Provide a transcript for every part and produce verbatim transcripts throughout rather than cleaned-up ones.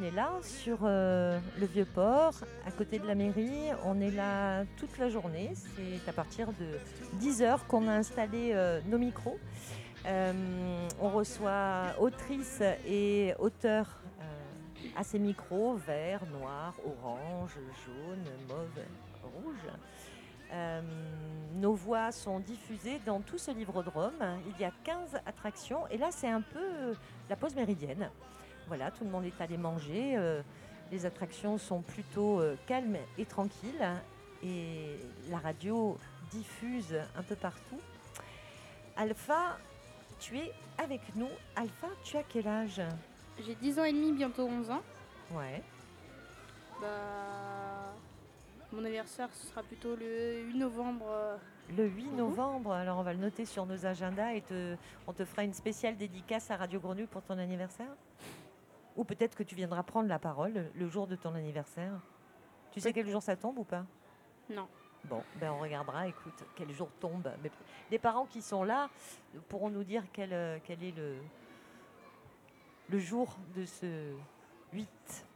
est là, sur euh, le Vieux-Port, à côté de la mairie. On est là toute la journée. C'est à partir de dix heures qu'on a installé euh, nos micros. Euh, on reçoit autrices et auteurs euh, à ces micros, vert, noir, orange, jaune, mauve, rouge. Euh, nos voix sont diffusées dans tout ce livrodrome. Il y a quinze attractions et là c'est un peu euh, la pause méridienne. Voilà, tout le monde est allé manger. euh, les attractions sont plutôt euh, calmes et tranquilles et la radio diffuse un peu partout. Alpha, tu es avec nous. Alpha, tu as quel âge? J'ai dix ans et demi, bientôt onze ans. Ouais. Bah, mon anniversaire, ce sera plutôt le huit novembre. euh, Le huit pour vous. novembre, alors on va le noter sur nos agendas et te- on te fera une spéciale dédicace à Radio Grenouille pour ton anniversaire. Ou peut-être que tu viendras prendre la parole le- le jour de ton anniversaire. Tu sais quel jour ça tombe ou pas? Non. Bon, ben on regardera, écoute, quel jour tombe. Mais les parents qui sont là pourront nous dire quel, euh, quel est le, le jour de ce huit.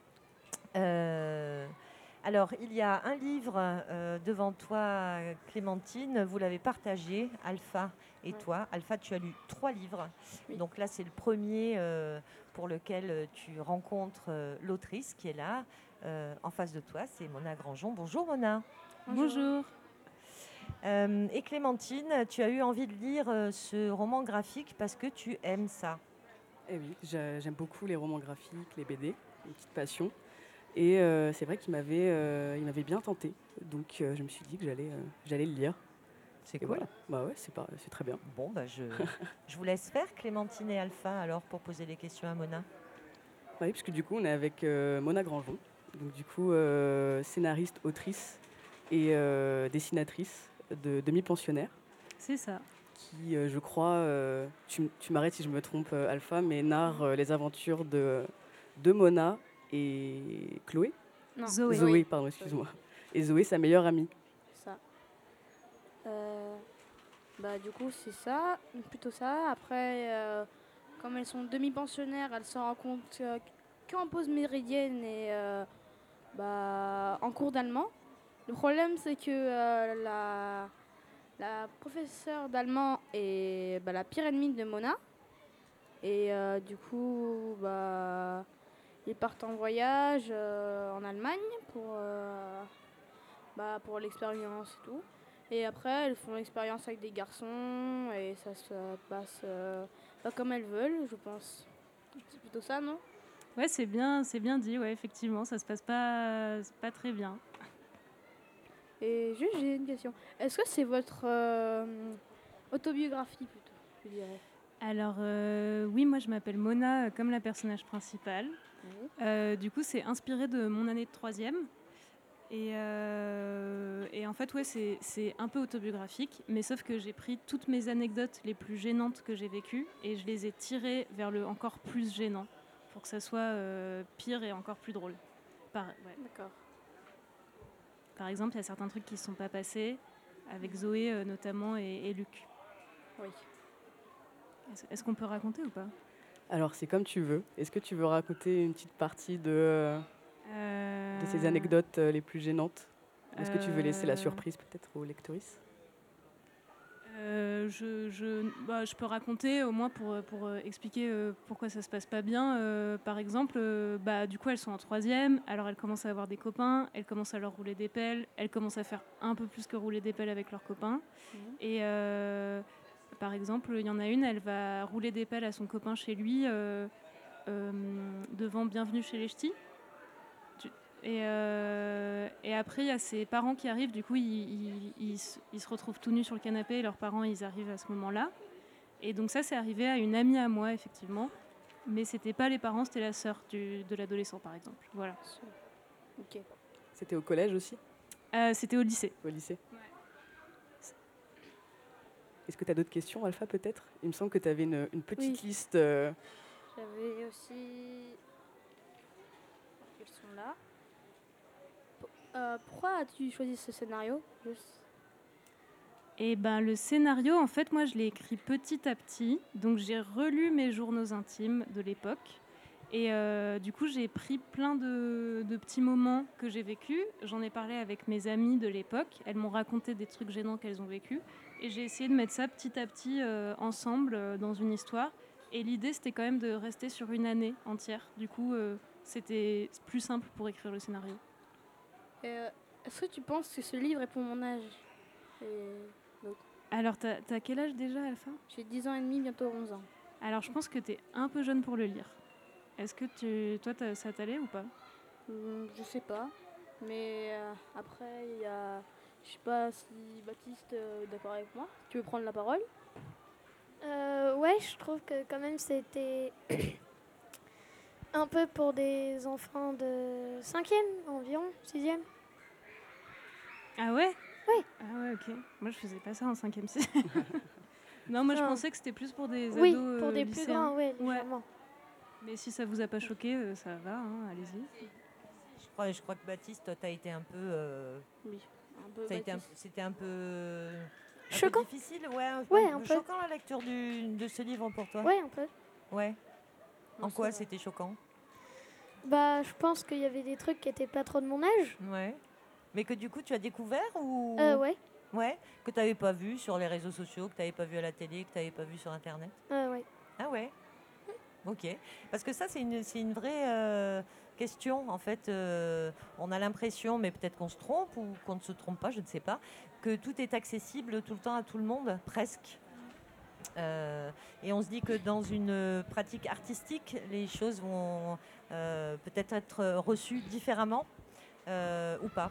Euh, alors, il y a un livre euh, devant toi, Clémentine. Vous l'avez partagé, Alpha et Ouais. toi. Alpha, tu as lu trois livres. Oui. Donc là, c'est le premier euh, pour lequel euh, tu rencontres euh, l'autrice qui est là, euh, en face de toi. C'est Mona Grangeon. Bonjour Mona. Bonjour. Euh, et Clémentine, tu as eu envie de lire euh, ce roman graphique parce que tu aimes ça. Eh oui, j'a- j'aime beaucoup les romans graphiques, les B D, une petite passion. Et euh, c'est vrai qu'il m'avait, euh, il m'avait bien tenté. Donc euh, je me suis dit que j'allais, euh, j'allais le lire. C'est Et cool. voilà. Bah ouais, c'est, pas, c'est très bien. Bon, bah je, je vous laisse faire, Clémentine et Alpha, alors, pour poser les questions à Mona. Bah oui, parce que du coup, on est avec euh, Mona Grangeon. Donc du coup, euh, scénariste, autrice et euh, dessinatrice de demi-pensionnaire. C'est ça. Qui, euh, je crois, euh, tu, tu m'arrêtes si je me trompe, euh, Alpha, mais narre euh, les aventures de, de Mona et Chloé. Non. Zoé. Zoé, pardon, excuse-moi. Et Zoé, sa meilleure amie. Ça. Euh, bah, du coup, c'est ça. Plutôt ça. Après, euh, comme elles sont demi-pensionnaires, elles se rendent compte euh, qu'en pause méridienne et euh, bah, en cours d'allemand. Le problème, c'est que euh, la, la professeure d'allemand est bah, la pire ennemie de Mona. Et euh, du coup, bah, ils partent en voyage euh, en Allemagne pour, euh, bah, pour l'expérience et tout. Et après, elles font l'expérience avec des garçons et ça se passe euh, pas comme elles veulent, je pense. C'est plutôt ça, non? Ouais, c'est bien, c'est bien dit. Ouais, effectivement, ça se passe pas, pas très bien. Et juste, j'ai une question. Est-ce que c'est votre euh, autobiographie plutôt, je dirais? Alors euh, oui, moi je m'appelle Mona, euh, comme la personnage principale. Oui. Euh, du coup, c'est inspiré de mon année de troisième. Et, euh, et en fait, ouais, c'est, c'est un peu autobiographique, mais sauf que j'ai pris toutes mes anecdotes les plus gênantes que j'ai vécues et je les ai tirées vers le encore plus gênant pour que ça soit euh, pire et encore plus drôle. Par, ouais. D'accord. Par exemple, il y a certains trucs qui ne sont pas passés, avec Zoé euh, notamment et, et Luc. Oui. Est-ce, est-ce qu'on peut raconter ou pas? Alors, c'est comme tu veux. Est-ce que tu veux raconter une petite partie de, euh, Euh, de ces anecdotes euh, les plus gênantes? Ou est-ce que tu veux laisser la euh, surprise peut-être aux lectrices? Euh, je, je, bah, je peux raconter au moins pour, pour euh, expliquer euh, pourquoi ça se passe pas bien. Euh, par exemple, euh, bah, du coup, elles sont en troisième, alors elles commencent à avoir des copains, elles commencent à leur rouler des pelles, elles commencent à faire un peu plus que rouler des pelles avec leurs copains. Mhm. Et euh, par exemple, il y en a une, elle va rouler des pelles à son copain chez lui euh, euh, devant Bienvenue chez les Ch'tis. Et, euh, et après, il y a ses parents qui arrivent. Du coup, ils, ils, ils, se- ils se retrouvent tout nus sur le canapé. Et leurs parents, ils arrivent à ce moment-là. Et donc ça, c'est arrivé à une amie à moi, effectivement. Mais c'était pas les parents, c'était la sœur du, de l'adolescent, par exemple. Voilà. Ok. C'était au collège aussi? Euh, c'était au lycée. Au lycée? Est-ce que tu as d'autres questions, Alpha, peut-être? Il me semble que tu avais une, une petite Oui. liste. euh, J'avais aussi. Ils sont là. P- euh, pourquoi as-tu choisi ce scénario? Juste. Et ben le scénario, en fait, moi, je l'ai écrit petit à petit. Donc j'ai relu mes journaux intimes de l'époque. Et euh, du coup, j'ai pris plein de, de petits moments que j'ai vécus. J'en ai parlé avec mes amies de l'époque. Elles m'ont raconté des trucs gênants qu'elles ont vécus. Et j'ai essayé de mettre ça petit à petit euh, ensemble euh, dans une histoire. Et l'idée, c'était quand même de rester sur une année entière. Du coup, euh, c'était plus simple pour écrire le scénario. Euh, Est-ce que tu penses que ce livre est pour mon âge? Et l'autre. Alors, t'as, t'as quel âge déjà, Alpha? J'ai dix ans et demi, bientôt onze ans. Alors, je pense que t'es un peu jeune pour le lire. Est-ce que tu, toi, t'as- ça t'allait ou pas? Hum, je sais pas. Mais euh, après, il y a. Je sais pas si Baptiste euh, est d'accord avec moi. Tu veux prendre la parole? Euh, ouais, je trouve que quand même c'était un peu pour des enfants de cinquième environ, sixième. Ah ouais? Ouais. Ah ouais, ok. Moi, je faisais pas ça en cinquième C. Non, moi, je Enfin, pensais que c'était plus pour des Oui, ados pour euh, des plus lycéens. grands, ouais, Ouais. légèrement. Mais si ça vous a pas choqué, euh, ça va, hein, allez-y. Je crois, je crois que Baptiste, tu as été un peu. euh, Oui. Un peu t'as été un- Baptiste. C'était un peu. un peu Choquant. difficile, ouais. Un, Ouais, un un peu peu. choquant la lecture du- de ce livre pour toi. Ouais, un peu. Ouais. En Non, quoi ça va. c'était choquant? Bah, je pense qu'il y avait des trucs qui étaient pas trop de mon âge. Ouais. Mais que du coup tu as découvert ou. Euh, ouais. Ouais. Que tu n'avais pas vu sur les réseaux sociaux, que tu n'avais pas vu à la télé, que tu n'avais pas vu sur Internet. Euh, ouais. Ah ouais. Ok. Parce que ça, c'est une, c'est une vraie euh, question. En fait, euh, on a l'impression, mais peut-être qu'on se trompe ou qu'on ne se trompe pas, je ne sais pas, que tout est accessible tout le temps à tout le monde, presque. Euh, et on se dit que dans une pratique artistique, les choses vont euh, peut-être être reçues différemment euh, ou pas.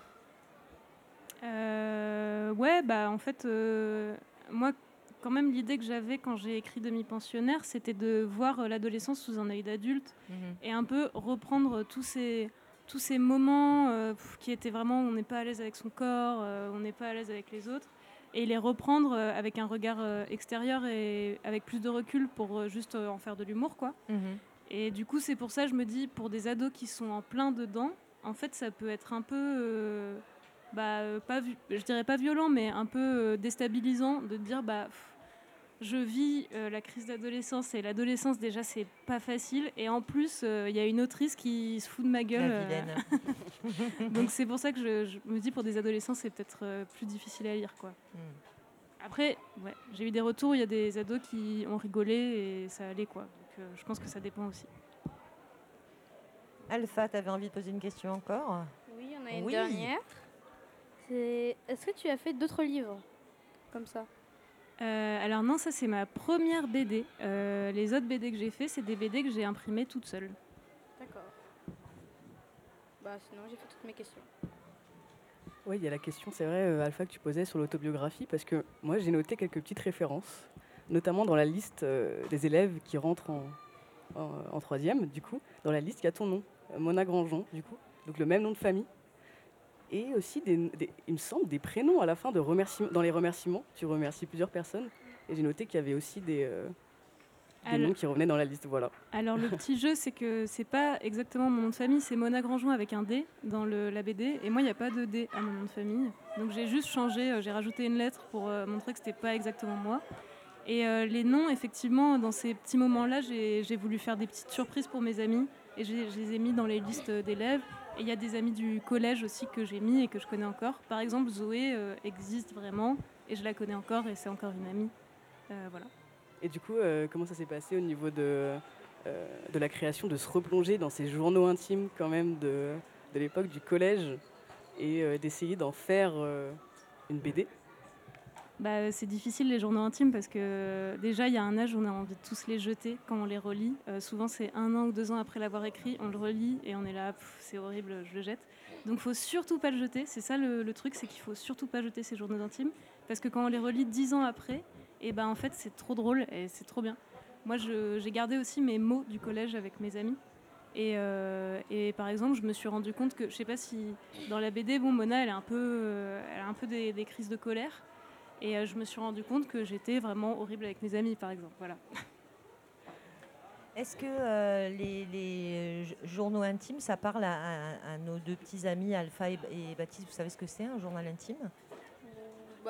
Euh, ouais, bah en fait, euh, moi, quand même, l'idée que j'avais quand j'ai écrit Demi-pensionnaire, c'était de voir euh, l'adolescence sous un œil d'adulte et un peu reprendre tous ces, tous ces moments euh, pff, qui étaient vraiment, on n'est pas à l'aise avec son corps, euh, on n'est pas à l'aise avec les autres, et les reprendre euh, avec un regard euh, extérieur et avec plus de recul pour euh, juste euh, en faire de l'humour, quoi. Mhm. Et du coup, c'est pour ça, je me dis, pour des ados qui sont en plein dedans, en fait, ça peut être un peu, euh, bah, euh, pas, vi- je dirais pas violent, mais un peu euh, déstabilisant de te dire, bah, pff, je vis euh, la crise d'adolescence et l'adolescence déjà, c'est pas facile. Et en plus, il y a une autrice qui se fout de ma gueule. La euh, vilaine. donc c'est pour ça que je, je me dis, pour des adolescents, c'est peut-être euh, plus difficile à lire, quoi. Mm. Après, ouais, j'ai eu des retours, il y a des ados qui ont rigolé et ça allait, quoi. Donc euh, je pense que ça dépend aussi. Alpha, tu avais envie de poser une question encore? Oui, on a une Oui. dernière. C'est... Est-ce que tu as fait d'autres livres comme ça? Euh, alors non, ça c'est ma première B D. Euh, les autres B D que j'ai fait, c'est des B D que j'ai imprimées toute seule. D'accord. Bah sinon j'ai fait toutes mes questions. Oui, il y a la question, c'est vrai, euh, Alpha, que tu posais sur l'autobiographie, parce que moi, j'ai noté quelques petites références, notamment dans la liste euh, des élèves qui rentrent en, en, en troisième, du coup. Dans la liste, il y a ton nom, euh, Mona Grandjean, du coup, donc le même nom de famille. Et aussi, des, des- il me semble, des prénoms à la fin de remerciements. Dans les remerciements, tu remercies plusieurs personnes. Et j'ai noté qu'il y avait aussi des, euh, des Alors- noms qui revenaient dans la liste, voilà. Alors le petit jeu, c'est que c'est pas exactement mon nom de famille, c'est Mona Grandjean avec un D dans le, la B D. Et moi, il n'y a pas de D à mon nom de famille. Donc j'ai juste changé, euh, j'ai rajouté une lettre pour euh, montrer que c'était pas exactement moi. Et euh, les noms, effectivement, dans ces petits moments-là, j'ai j'ai voulu faire des petites surprises pour mes amis. Et j'ai- je les ai mis dans les listes d'élèves. Et il y a des amis du collège aussi que j'ai mis et que je connais encore. Par exemple, Zoé euh, existe vraiment et je la connais encore et c'est encore une amie. Euh, voilà. Et du coup, euh, comment ça s'est passé au niveau de, euh, de la création, de se replonger dans ces journaux intimes quand même de, de l'époque du collège et euh, d'essayer d'en faire euh, une B D? Bah, c'est difficile les journaux intimes parce que euh, déjà il y a un âge où on a envie de tous les jeter quand on les relit. Euh, souvent c'est un an ou deux ans après l'avoir écrit, on le relit et on est là, pff, c'est horrible, je le jette. Donc faut surtout pas le jeter. C'est ça le, le truc, c'est qu'il faut surtout pas jeter ces journaux intimes parce que quand on les relit dix ans après, et ben en fait c'est trop drôle et c'est trop bien. Moi je- j'ai gardé aussi mes mots du collège avec mes amis. Et, euh, et par exemple, je me suis rendu compte que, je sais pas si dans la B D, bon, Mona, elle a un peu, euh, elle a un peu des, des crises de colère. Et euh, je me suis rendu compte que j'étais vraiment horrible avec mes amis, par exemple. Voilà. Est-ce que euh, les, les j- journaux intimes, ça parle à, à- à nos deux petits amis, Alpha et, et Baptiste? Vous savez ce que c'est, un journal intime? Bah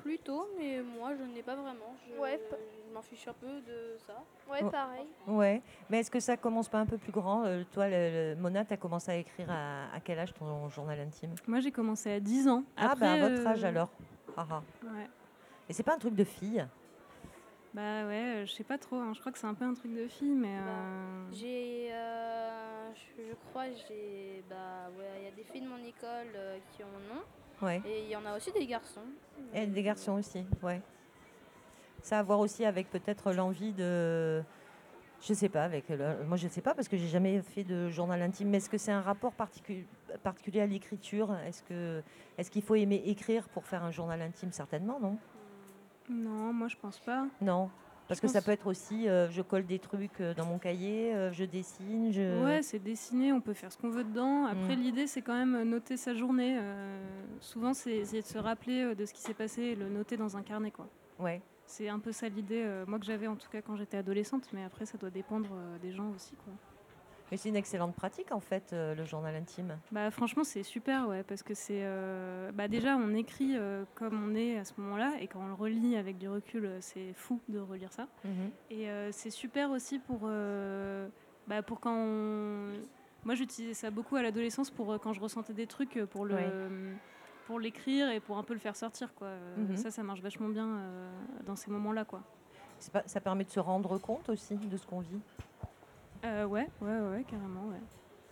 plutôt, mais moi je n'ai pas vraiment. Je, Ouais, pa- je m'en fiche un peu de ça. Ouais, Oh. pareil. Ouais, mais est-ce que ça commence pas un peu plus grand? Euh, Toi, le- le- Mona, tu as commencé à écrire à, à quel âge ton journal intime? Moi, j'ai commencé à dix ans. Ah, Après, bah à votre euh, âge alors. Ah, ah. Ouais. Et c'est pas un truc de fille? Bah ouais, euh, je sais pas trop. Hein. Je crois que c'est un peu un truc de fille, mais. Bah, euh, J'ai, euh, je, je crois, j'ai, bah ouais, il y a des filles de mon école euh, qui en ont, Ouais. et il y en a aussi des garçons. Et des garçons aussi, ouais. Ça a à voir aussi avec peut-être l'envie de... Je sais pas, avec le- moi je sais pas parce que j'ai jamais fait de journal intime, mais est-ce que c'est un rapport particu- particulier à l'écriture? Est-ce que est-ce qu'il faut aimer écrire pour faire un journal intime? Certainement, non? Non, moi, je pense pas. Non. Parce Je que ça pense- peut être aussi, euh, je colle des trucs euh, dans mon cahier, euh, je dessine, je... Ouais, c'est dessiné, on peut faire ce qu'on veut dedans. Après, Mm. l'idée, c'est quand même noter sa journée. Euh, souvent, c'est essayer de se rappeler euh, de ce qui s'est passé et le noter dans un carnet, quoi. Ouais. C'est un peu ça l'idée, euh, moi que j'avais en tout cas quand j'étais adolescente, mais après, ça doit dépendre euh, des gens aussi, quoi. Mais c'est une excellente pratique en fait, euh, le journal intime. Bah, franchement, c'est super, ouais, parce que c'est. euh, Bah, déjà, on écrit euh, comme on est à ce moment-là, et quand on le relit avec du recul, euh, c'est fou de relire ça. Mhm. Et euh, c'est super aussi pour, euh, bah, pour quand on... Moi, j'utilisais ça beaucoup à l'adolescence pour euh, quand je ressentais des trucs, euh, pour le, Ouais. pour l'écrire et pour un peu le faire sortir, quoi. Euh, Mhm. Ça, ça marche vachement bien euh, dans ces moments-là, quoi. C'est pas- ça permet de se rendre compte aussi de ce qu'on vit. Euh, ouais, ouais, ouais, carrément, ouais.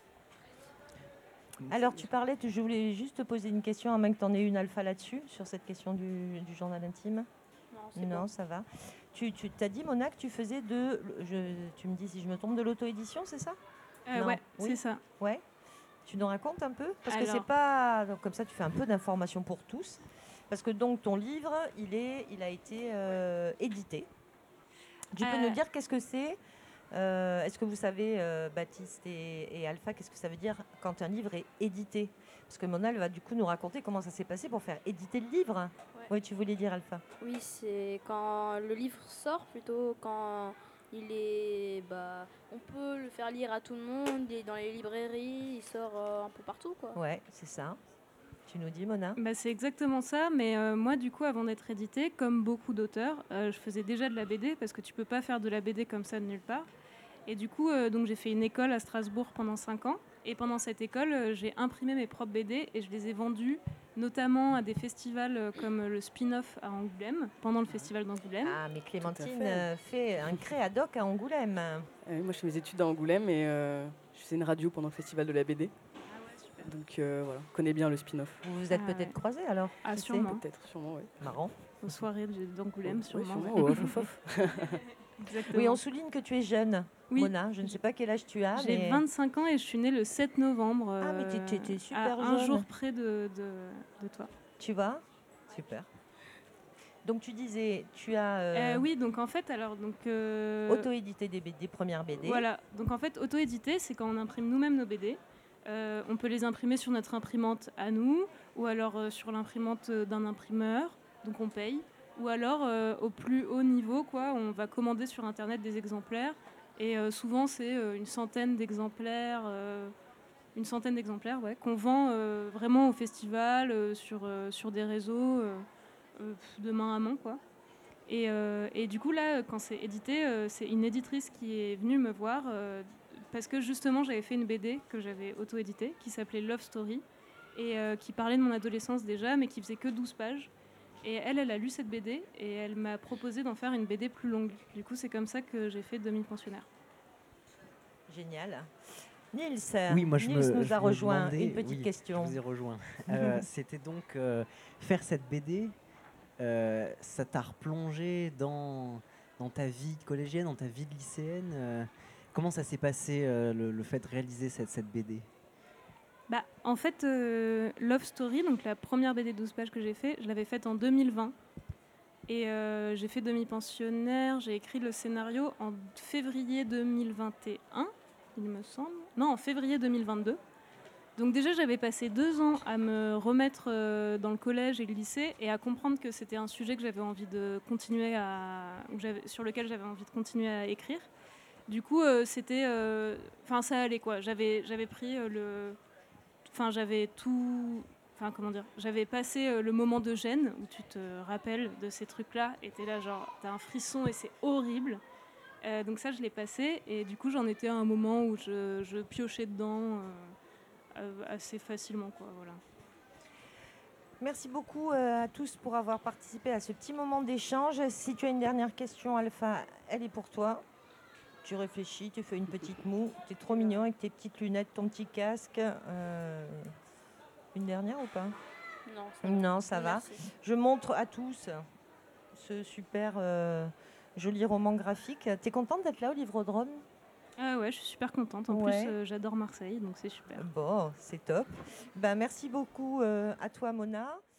Alors tu parlais, tu- je voulais juste te poser une question, à moins que tu en aies une alpha là-dessus, sur cette question du, du journal intime. Non, c'est Non, bon. ça va. Tu, tu t'as dit, Mona, que tu faisais de... Je, tu me dis si je me trompe, de l'auto-édition, c'est ça? Euh, Non, ouais, oui. c'est ça. Ouais. Tu nous racontes un peu? Parce que Alors. c'est pas... donc, comme ça, tu fais un peu d'informations pour tous. Parce que donc, ton livre, il, est, il a été euh, édité. Tu peux Euh. nous dire qu'est-ce que c'est? Euh, Est-ce que vous savez, euh, Baptiste et, et Alpha, qu'est-ce que ça veut dire quand un livre est édité? Parce que Mona, elle va du coup nous raconter comment ça s'est passé pour faire éditer le livre. Ouais. Oui, tu voulais dire Alpha. Oui, c'est quand le livre sort, plutôt quand il est, bah, on peut le faire lire à tout le monde, il est dans les librairies, il sort euh, un peu partout, quoi. Ouais, c'est ça. Tu nous dis, Mona? Bah, c'est exactement ça, mais euh, moi, du coup, avant d'être édité, comme beaucoup d'auteurs, euh, je faisais déjà de la B D, parce que tu peux pas faire de la B D comme ça de nulle part. Et du coup, euh, donc j'ai fait une école à Strasbourg pendant cinq ans. Et pendant cette école, euh, j'ai imprimé mes propres B D et je les ai vendus, notamment à des festivals euh, comme le Spin-off à Angoulême, pendant le festival d'Angoulême. Ah, mais Clémentine Tout à fait. euh, fait un créadoc à Angoulême. Euh, moi, je fais mes études à Angoulême et euh, je faisais une radio pendant le festival de la B D. Donc euh, voilà, on connaît bien le spin-off. Vous vous êtes Ah, peut-être ouais. croisés alors? Ah, Qui sait? sûrement. Peut-être, sûrement, oui. Marrant. Aux soirées de- d'Angoulême, Oui, sûrement. sûrement, ouais. au Fofof. Exactement. Oui, on souligne que tu es jeune, Oui. Mona. Je ne sais pas quel âge tu as, J'ai mais... vingt-cinq ans et je suis née le sept novembre. Ah, mais t'es- t'es- t'es euh, super à un jeune. jour près de, de, de toi. Tu vois? Super. Donc tu disais, tu as euh, Euh, oui, donc en fait, alors, donc... euh, auto-édité des, B D, des premières B D. Voilà, donc en fait, auto-édité, c'est quand on imprime nous-mêmes nos B D. Euh, on peut les imprimer sur notre imprimante à nous, ou alors euh, sur l'imprimante euh, d'un imprimeur, donc on paye. Ou alors, euh, au plus haut niveau, quoi, on va commander sur Internet des exemplaires. Et euh, souvent, c'est euh, une centaine d'exemplaires, euh, une centaine d'exemplaires, ouais, qu'on vend euh, vraiment au festival, euh, sur, euh, sur des réseaux, euh, euh, de main à main, quoi. Et, euh, et du coup, là, quand c'est édité, euh, c'est une éditrice qui est venue me voir euh, parce que justement, j'avais fait une B D que j'avais auto-éditée qui s'appelait Love Story et euh, qui parlait de mon adolescence déjà, mais qui faisait que douze pages. Et elle, elle a lu cette B D et elle m'a proposé d'en faire une B D plus longue. Du coup, c'est comme ça que j'ai fait demi-pensionnaire. Génial. Nils, Oui, moi je Nils me, nous je a me rejoint. demandais- Une petite oui, question. Je vous ai rejoint. Euh, C'était donc euh, faire cette B D, euh, ça t'a replongé dans, dans ta vie collégienne, dans ta vie de lycéenne. euh, comment ça s'est passé euh, le, le fait de réaliser cette, cette B D? Bah, en fait, euh, Love Story, donc la première B D douze pages que j'ai fait, je l'avais faite en deux mille vingt. Et euh, j'ai fait demi-pensionnaire, j'ai écrit le scénario en février deux mille vingt et un, il me semble. Non, en février deux mille vingt-deux. Donc déjà, j'avais passé deux ans à me remettre euh, dans le collège et le lycée et à comprendre que c'était un sujet que j'avais envie de continuer à, ou j'avais- sur lequel j'avais envie de continuer à écrire. Du coup, euh, c'était, enfin, ça allait quoi. J'avais, j'avais pris euh, le, enfin, j'avais tout, enfin comment dire, j'avais passé euh, le moment de gêne où tu te rappelles de ces trucs-là et t'es là genre t'as un frisson et c'est horrible. Euh, donc ça je l'ai passé et du coup j'en étais à un moment où je, je piochais dedans euh, assez facilement quoi, voilà. Merci beaucoup euh, à tous pour avoir participé à ce petit moment d'échange. Si tu as une dernière question, Alpha, elle est pour toi. Tu réfléchis, tu fais une petite moue. Tu es trop mignon avec tes petites lunettes, ton petit casque. Euh, Une dernière ou pas? Non, ça Non, ça va. Merci. Je montre à tous ce super euh, joli roman graphique. Tu es contente d'être là au Livrodrome? Ah ouais, je suis super contente. En Ouais. plus, euh, j'adore Marseille, donc c'est super. Bon, c'est top. Ben, merci beaucoup euh, à toi, Mona.